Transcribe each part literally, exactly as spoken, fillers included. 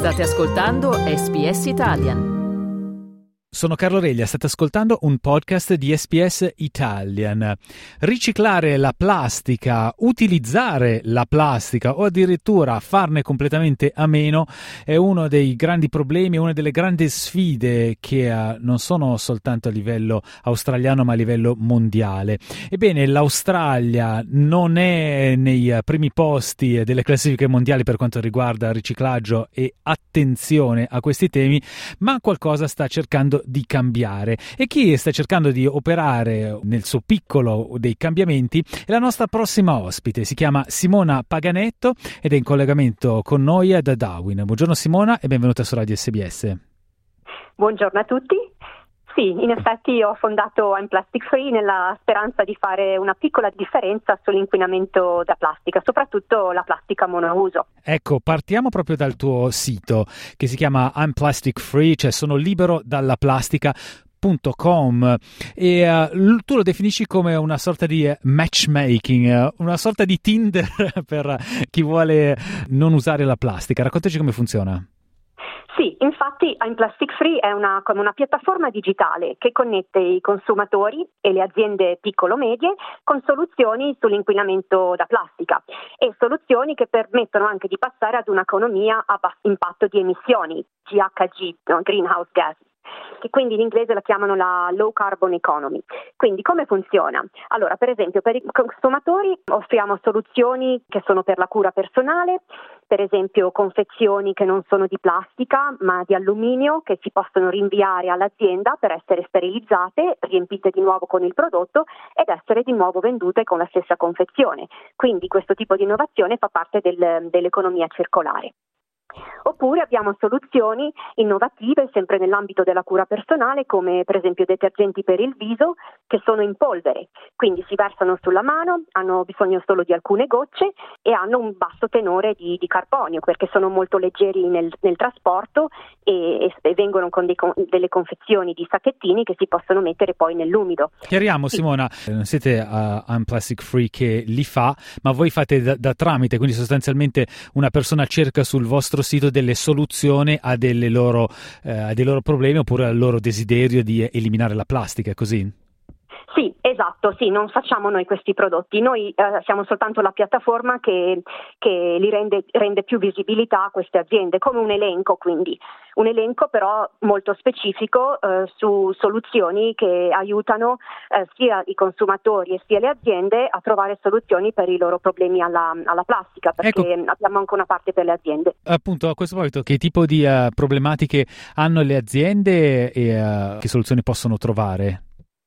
State ascoltando S B S Italian. Sono Carlo Reglia, state ascoltando un podcast di S B S Italian. Riciclare la plastica, utilizzare la plastica o addirittura farne completamente a meno è uno dei grandi problemi, una delle grandi sfide che uh, non sono soltanto a livello australiano ma a livello mondiale. Ebbene, l'Australia non è nei primi posti delle classifiche mondiali per quanto riguarda il riciclaggio e attenzione a questi temi, ma qualcosa sta cercando di cambiare, e chi sta cercando di operare nel suo piccolo dei cambiamenti è la nostra prossima ospite. Si chiama Simona Paganetto ed è in collegamento con noi da Darwin. Buongiorno Simona e benvenuta su Radio S B S. Buongiorno a tutti. Sì, in effetti ho fondato I'm Plastic Free nella speranza di fare una piccola differenza sull'inquinamento da plastica, soprattutto la plastica monouso. Ecco, partiamo proprio dal tuo sito che si chiama I'm Plastic Free, cioè sono libero dalla plastica punto com, e uh, tu lo definisci come una sorta di matchmaking, una sorta di Tinder per chi vuole non usare la plastica. Raccontaci come funziona. Sì, infatti I'm Plastic Free è una, come una piattaforma digitale che connette i consumatori e le aziende piccolo-medie con soluzioni sull'inquinamento da plastica e soluzioni che permettono anche di passare ad un'economia a basso impatto di emissioni, G H G, no? Greenhouse Gas, che quindi in inglese la chiamano la low carbon economy. Quindi come funziona? Allora, per esempio, per i consumatori offriamo soluzioni che sono per la cura personale, per esempio confezioni che non sono di plastica ma di alluminio, che si possono rinviare all'azienda per essere sterilizzate, riempite di nuovo con il prodotto ed essere di nuovo vendute con la stessa confezione. Quindi questo tipo di innovazione fa parte del, dell'economia circolare. Oppure abbiamo soluzioni innovative sempre nell'ambito della cura personale, come per esempio detergenti per il viso che sono in polvere, quindi si versano sulla mano, hanno bisogno solo di alcune gocce e hanno un basso tenore di, di carbonio perché sono molto leggeri nel, nel trasporto e, e vengono con dei, delle confezioni di sacchettini che si possono mettere poi nell'umido. Chiariamo, sì. Simona, non siete a I'm Plastic Free che li fa, ma voi fate da, da tramite, quindi sostanzialmente una persona cerca sul vostro sito delle soluzioni a, delle loro, eh, a dei loro problemi oppure al loro desiderio di eliminare la plastica, è così? Sì, esatto, sì, non facciamo noi questi prodotti, noi eh, siamo soltanto la piattaforma che, che li rende, rende più visibilità a queste aziende, come un elenco, quindi un elenco però molto specifico eh, su soluzioni che aiutano eh, sia i consumatori e sia le aziende a trovare soluzioni per i loro problemi alla, alla plastica, perché ecco, abbiamo anche una parte per le aziende. Appunto, a questo proposito, che tipo di uh, problematiche hanno le aziende e uh, che soluzioni possono trovare?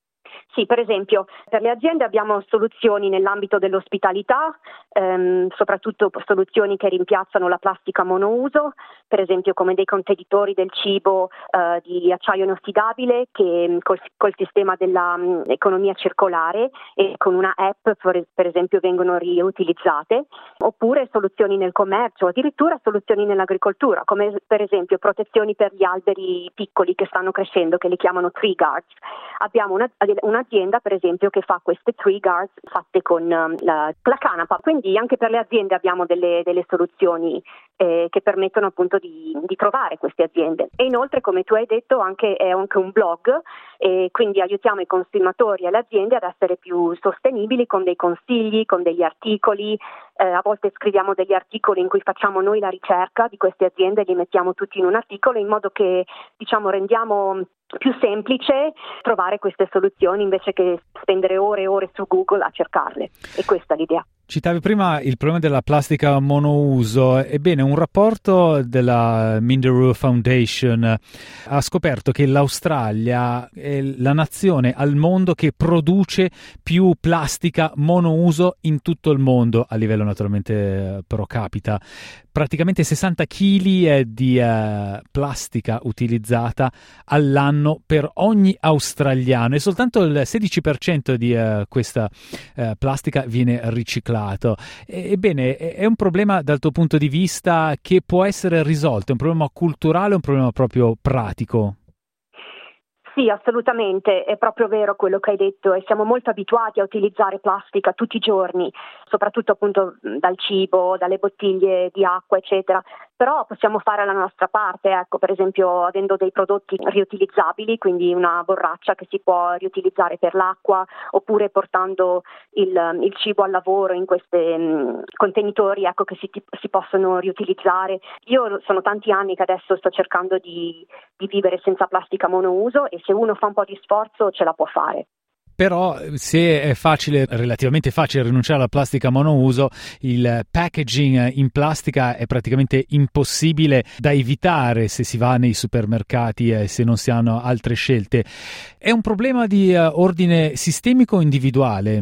Sì, per esempio per le aziende abbiamo soluzioni nell'ambito dell'ospitalità, ehm, soprattutto soluzioni che rimpiazzano la plastica monouso, per esempio come dei contenitori del cibo eh, di acciaio inossidabile che col, col sistema dell'economia um, circolare e con una app per, per esempio vengono riutilizzate, oppure soluzioni nel commercio, addirittura soluzioni nell'agricoltura, come per esempio protezioni per gli alberi piccoli che stanno crescendo, che li chiamano tree guards. Abbiamo una, una azienda per esempio che fa queste tree guards fatte con um, la, la canapa, quindi anche per le aziende abbiamo delle, delle soluzioni eh, che permettono appunto di, di trovare queste aziende. E inoltre, come tu hai detto, anche è anche un blog e quindi aiutiamo i consumatori e le aziende ad essere più sostenibili con dei consigli, con degli articoli. Eh, a volte scriviamo degli articoli in cui facciamo noi la ricerca di queste aziende e li mettiamo tutti in un articolo in modo che diciamo rendiamo più semplice trovare queste soluzioni invece che spendere ore e ore su Google a cercarle. E questa è l'idea. Citavi prima il problema della plastica monouso. Ebbene, un rapporto della Minderoo Foundation ha scoperto che l'Australia è la nazione al mondo che produce più plastica monouso in tutto il mondo, a livello naturalmente pro capita. Praticamente sessanta chili di uh, plastica utilizzata all'anno per ogni australiano e soltanto il sedici per cento di uh, questa uh, plastica viene riciclato. Ebbene, è un problema dal tuo punto di vista che può essere risolto? È un problema culturale o un problema proprio pratico? Sì, assolutamente, è proprio vero quello che hai detto e siamo molto abituati a utilizzare plastica tutti i giorni, soprattutto appunto dal cibo, dalle bottiglie di acqua, eccetera. però possiamo fare la nostra parte, ecco, per esempio avendo dei prodotti riutilizzabili, quindi una borraccia che si può riutilizzare per l'acqua, oppure portando il, il cibo al lavoro in questi contenitori, ecco, che si, si possono riutilizzare. Io sono tanti anni che adesso sto cercando di, di vivere senza plastica monouso, e se uno fa un po' di sforzo ce la può fare. Però se è facile, relativamente facile rinunciare alla plastica monouso, il packaging in plastica è praticamente impossibile da evitare se si va nei supermercati e se non si hanno altre scelte. È un problema di uh, ordine sistemico o individuale?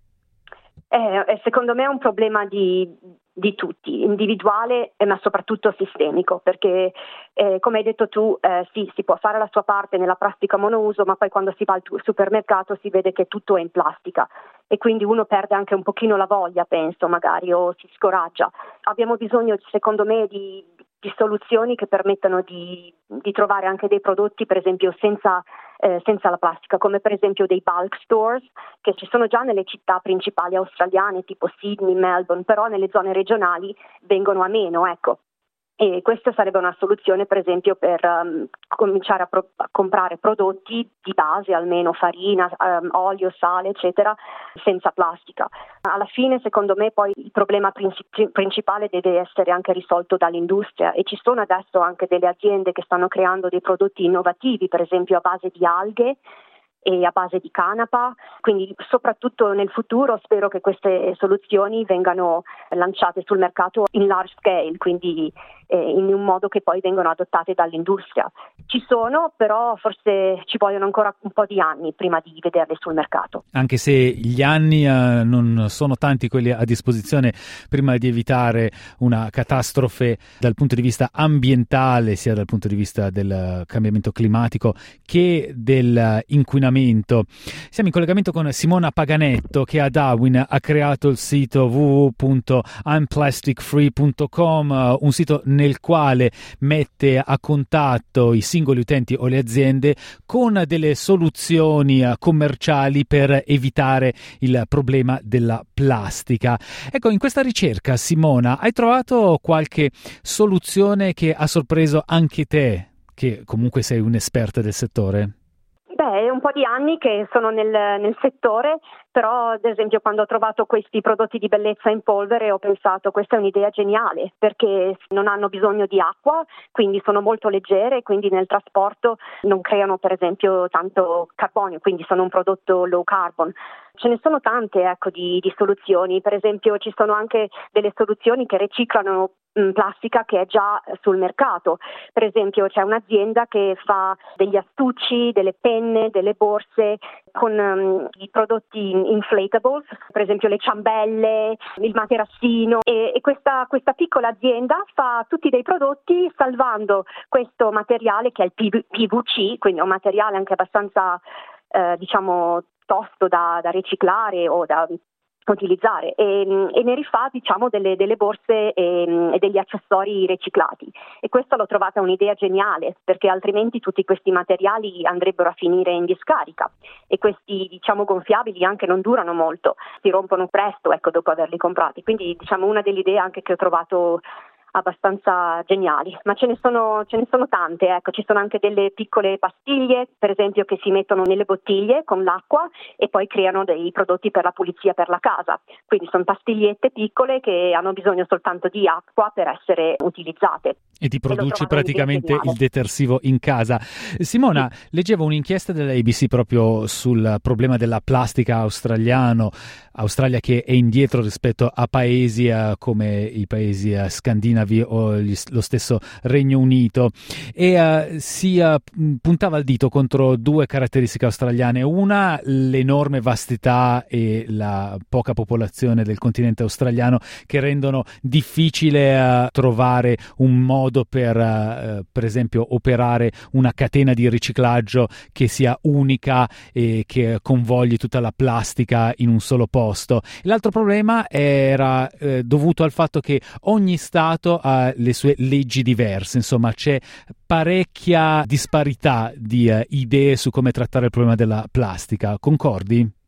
Eh, secondo me è un problema di, di tutti, individuale ma soprattutto sistemico, perché eh, come hai detto tu, eh, sì, si può fare la sua parte nella plastica monouso, ma poi quando si va al supermercato si vede che tutto è in plastica e quindi uno perde anche un pochino la voglia, penso, magari, o si scoraggia. Abbiamo bisogno, secondo me, di, di soluzioni che permettano di, di trovare anche dei prodotti, per esempio, senza Eh, senza la plastica, come per esempio dei bulk stores che ci sono già nelle città principali australiane tipo Sydney, Melbourne, però nelle zone regionali vengono a meno, ecco. E questa sarebbe una soluzione, per esempio, per um, cominciare a, pro- a comprare prodotti di base, almeno farina, um, olio, sale, eccetera, senza plastica. Alla fine, secondo me, poi il problema princip- principale deve essere anche risolto dall'industria, e ci sono adesso anche delle aziende che stanno creando dei prodotti innovativi, per esempio a base di alghe e a base di canapa, quindi soprattutto nel futuro spero che queste soluzioni vengano lanciate sul mercato in large scale, quindi eh, in un modo che poi vengono adottate dall'industria. Ci sono, però forse ci vogliono ancora un po' di anni prima di vederle sul mercato. Anche se gli anni eh, non sono tanti quelli a disposizione prima di evitare una catastrofe dal punto di vista ambientale, sia dal punto di vista del cambiamento climatico che dell'inquinamento. Siamo in collegamento con Simona Paganetto, che a Darwin ha creato il sito w w w punto i'm plastic free punto com, un sito nel quale mette a contatto i singoli utenti o le aziende con delle soluzioni commerciali per evitare il problema della plastica. Ecco, in questa ricerca, Simona, hai trovato qualche soluzione che ha sorpreso anche te, che comunque sei un'esperta del settore? Beh, è un po' di anni che sono nel, nel settore, però ad esempio quando ho trovato questi prodotti di bellezza in polvere ho pensato questa è un'idea geniale, perché non hanno bisogno di acqua, quindi sono molto leggere, quindi nel trasporto non creano per esempio tanto carbonio, quindi sono un prodotto low carbon. Ce ne sono tante, ecco, di, di soluzioni, per esempio ci sono anche delle soluzioni che riciclano mh, plastica che è già sul mercato. Per esempio c'è un'azienda che fa degli astucci, delle penne, delle borse con um, i prodotti inflatables, per esempio le ciambelle, il materassino, e, e questa, questa piccola azienda fa tutti dei prodotti salvando questo materiale che è il P V C, quindi è un materiale anche abbastanza eh, diciamo tosto da, da riciclare o da utilizzare, e, e ne rifà diciamo delle, delle borse e, e degli accessori riciclati, e questa l'ho trovata un'idea geniale, perché altrimenti tutti questi materiali andrebbero a finire in discarica, e questi diciamo gonfiabili anche non durano molto, si rompono presto, ecco, dopo averli comprati, quindi diciamo una delle idee anche che ho trovato abbastanza geniali, ma ce ne sono ce ne sono tante, ecco, ci sono anche delle piccole pastiglie, per esempio, che si mettono nelle bottiglie con l'acqua e poi creano dei prodotti per la pulizia per la casa, quindi sono pastigliette piccole che hanno bisogno soltanto di acqua per essere utilizzate. E ti produci praticamente il detersivo in casa. Simona, sì. Leggevo un'inchiesta dell'A B C proprio sul problema della plastica australiano, Australia che è indietro rispetto a paesi eh, come i paesi eh, scandinavi o gli, lo stesso Regno Unito, e eh, si eh, puntava il dito contro due caratteristiche australiane: una, l'enorme vastità e la poca popolazione del continente australiano, che rendono difficile eh, trovare un modo per eh, per esempio operare una catena di riciclaggio che sia unica e che convogli tutta la plastica in un solo posto. L'altro problema era eh, dovuto al fatto che ogni stato ha le sue leggi diverse, insomma c'è parecchia disparità di eh, idee su come trattare il problema della plastica. Concordi?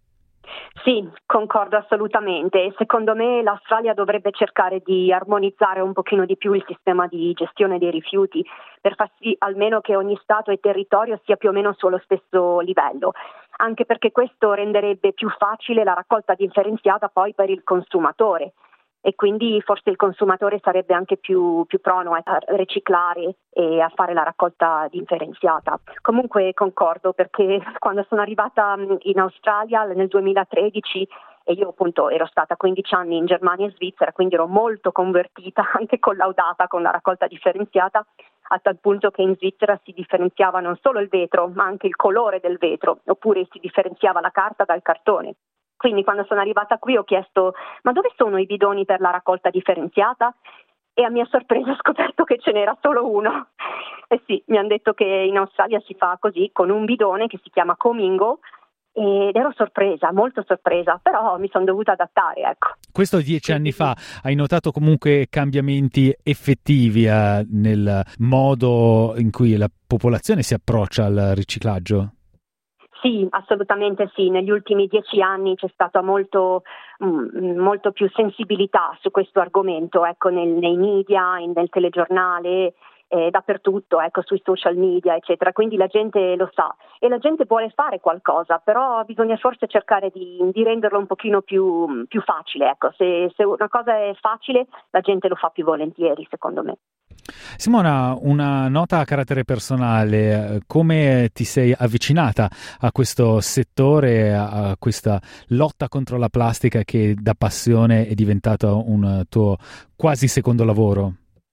Sì, concordo assolutamente. Secondo me l'Australia dovrebbe cercare di armonizzare un pochino di più il sistema di gestione dei rifiuti per far sì almeno che ogni Stato e territorio sia più o meno sullo stesso livello, anche perché questo renderebbe più facile la raccolta differenziata poi per il consumatore. E quindi forse il consumatore sarebbe anche più, più prono a riciclare e a fare la raccolta differenziata. Comunque concordo, perché quando sono arrivata in Australia nel duemilatredici, e io appunto ero stata quindici anni in Germania e Svizzera, quindi ero molto convertita, anche collaudata con la raccolta differenziata, a tal punto che in Svizzera si differenziava non solo il vetro, ma anche il colore del vetro, oppure si differenziava la carta dal cartone. Quindi quando sono arrivata qui ho chiesto: ma dove sono i bidoni per la raccolta differenziata? E a mia sorpresa ho scoperto che ce n'era solo uno. E sì, mi hanno detto che in Australia si fa così, con un bidone che si chiama Comingo, ed ero sorpresa, molto sorpresa, però mi sono dovuta adattare, ecco. Questo dieci anni fa. Hai notato comunque cambiamenti effettivi eh, nel modo in cui la popolazione si approccia al riciclaggio? Sì, assolutamente sì. Negli ultimi dieci anni c'è stata molto, mh, molto più sensibilità su questo argomento, ecco, nel, nei media, in, nel telegiornale, eh, dappertutto, ecco, sui social media, eccetera. Quindi la gente lo sa e la gente vuole fare qualcosa, però bisogna forse cercare di, di renderlo un pochino più, più facile, ecco. Se, se una cosa è facile, la gente lo fa più volentieri, secondo me. Simona, una nota a carattere personale: come ti sei avvicinata a questo settore, a questa lotta contro la plastica che da passione è diventato un tuo quasi secondo lavoro?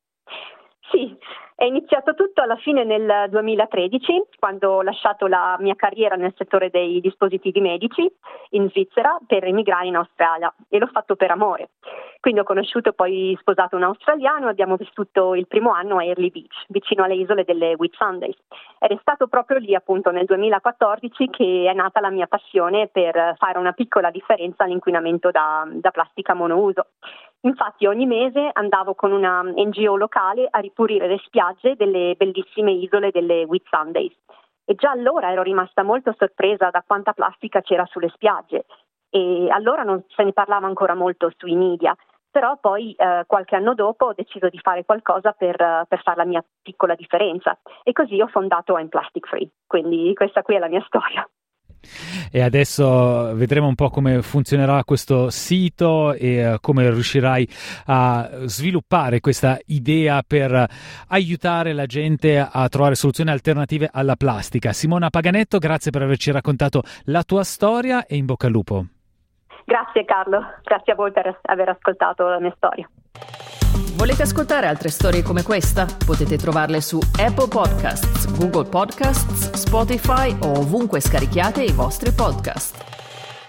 Sì, è iniziato tutto alla fine nel duemilatredici, quando ho lasciato la mia carriera nel settore dei dispositivi medici in Svizzera per emigrare in Australia, e l'ho fatto per amore. Quindi ho conosciuto e poi sposato un australiano e abbiamo vissuto il primo anno a Airlie Beach, vicino alle isole delle Whitsundays. Ed è stato proprio lì, appunto, nel duemilaquattordici che è nata la mia passione per fare una piccola differenza all'inquinamento da, da plastica monouso. Infatti ogni mese andavo con una N G O locale a ripulire le spiagge delle bellissime isole delle Whitsundays. E già allora ero rimasta molto sorpresa da quanta plastica c'era sulle spiagge. E allora non se ne parlava ancora molto sui media, però poi eh, qualche anno dopo ho deciso di fare qualcosa per, per fare la mia piccola differenza, e così ho fondato I'm Plastic Free, quindi questa qui è la mia storia. E adesso vedremo un po' come funzionerà questo sito e come riuscirai a sviluppare questa idea per aiutare la gente a trovare soluzioni alternative alla plastica. Simona Paganetto, grazie per averci raccontato la tua storia e in bocca al lupo. Grazie Carlo, grazie a voi per aver ascoltato la mia storia. Volete ascoltare altre storie come questa? Potete trovarle su Apple Podcasts, Google Podcasts, Spotify o ovunque scarichiate i vostri podcast.